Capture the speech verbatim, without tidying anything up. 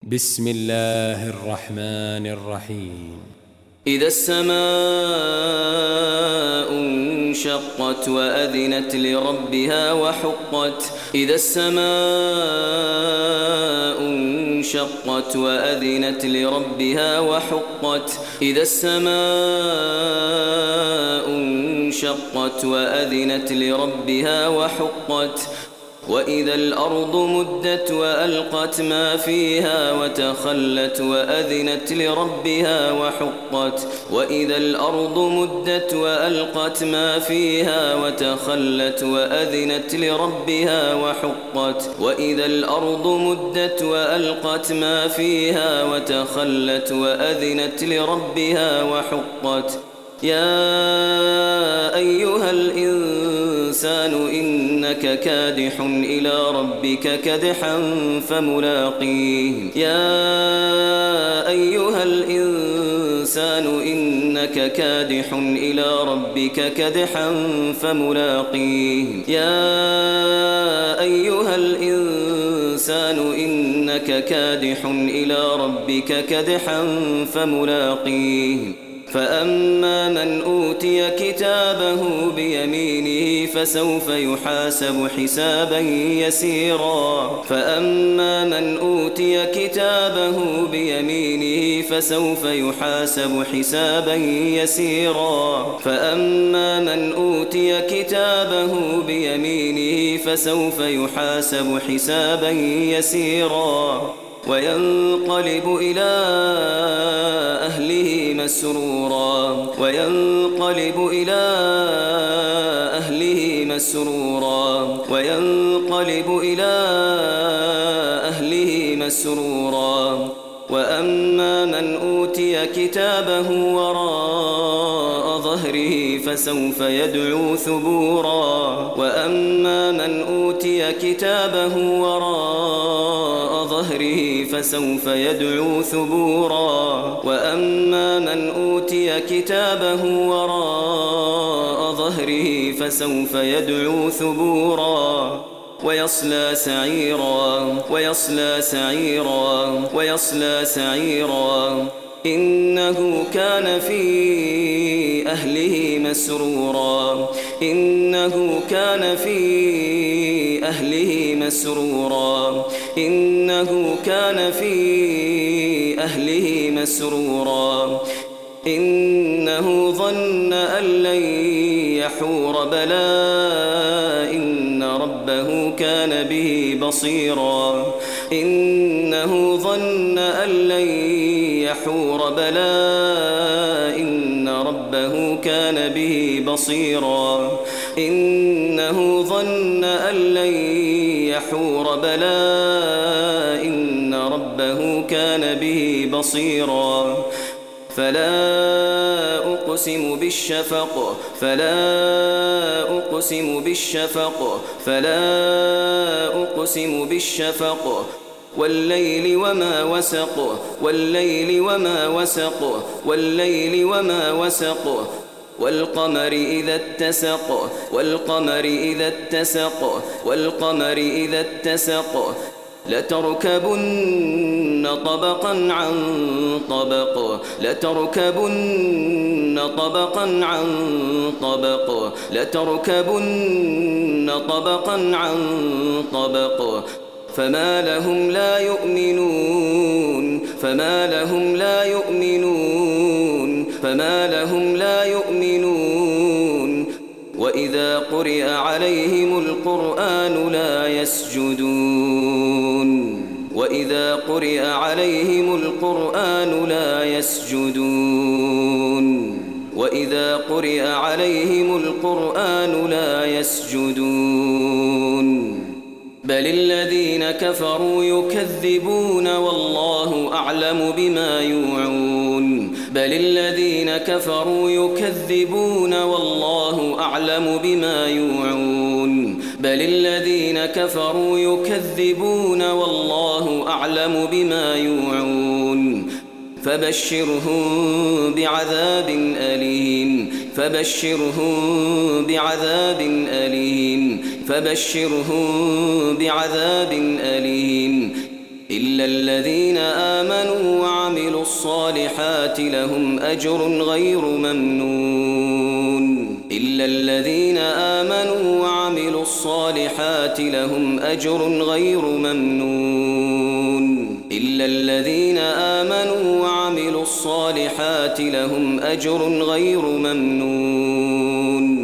بسم الله الرحمن الرحيم. إذا السماء انشقت وأذنت لربها وحقت إذا السماء انشقت وأذنت لربها وحقت إذا السماء انشقت وأذنت لربها وحقت وإذا الأرض مدت وألقت ما فيها وتخلت وأذنت لربها وحقت وإذا الأرض مدت وألقت ما فيها وتخلت وأذنت لربها وحقت وإذا الأرض مدت وألقت ما فيها وتخلت وأذنت لربها وحقت يا أيها الإنسان إنك كادح إلى ربك كدحا فملاقيه يا أيها الإنسان إنك كادح إلى ربك كدحا فملاقيه يا أيها الإنسان إنك كادح إلى ربك كدحا فملاقيه فأما من أوتي كتابه بيمينه فسوف يحاسب حسابا يسيرا فأما من أوتي كتابه بيمينه فسوف يحاسب حسابا يسيرا فأما من أوتي كتابه بيمينه فسوف يحاسب حسابا يسيرا وينقلب إلى أهله مسرورا وينقلب إلى أهله مسرورا وينقلب إلى أهله مسرورا وأما من أوتي كتابه وراء ظهره فسوف يدعو ثبورا وأما من أوتي كتابه وراء ظهره فسوف يدعو ثبورا وأما من أوتي كتابه وراء ظهره فسوف يدعو ثبورا ويصلى سعيرا ويصلى سعيرا ويصلى سعيرا إنه كان في أهله مسرورا إنه كان في أهله مسرورا إنه كان في أهله مسرورا إنه ظن أن لن يحور بلى إن ربه كان به بصيرا إنه ظن أن لن يحور بلى إن ربه كان به بصيرا إنه ظن أن لن يحور بلى إن ربه كان به بصيرا فلا أقسم بالشفق فلا أقسم بالشفق فلا أقسم بالشفق والليل وما وسق والليل وما وسق والليل وما وسق والقمر إذا اتسق والقمر إذا اتسق والقمر إذا اتسق لتركبن طبقا عن طبق لتركبن طبقا عن طبق لتركبن طبقا عن طبق فما لهم لا يؤمنون فما لهم لا يؤمنون فما لهم لا يؤمنون وإذا قرئ عليهم القرآن لا يسجدون وإذا قرئ عليهم القرآن لا يسجدون وإذا قرئ عليهم القرآن لا يسجدون بل الذين كفروا يكذبون والله أعلم بما يوعون بل الذين كفروا يكذبون والله أعلم بما يوعون بل الذين كفروا يكذبون والله أعلم بما يوعون فبشرهم بعذاب أليم فبشرهم بعذاب أليم فبشرهم بعذاب أليم إلا الذين آمنوا وعملوا الصالحات لهم أجر غير ممنون إلا الذين آمنوا وعملوا الصالحات لهم أجر غير ممنون إلا الذين آمنوا وعملوا الصالحات لهم أجر غير ممنون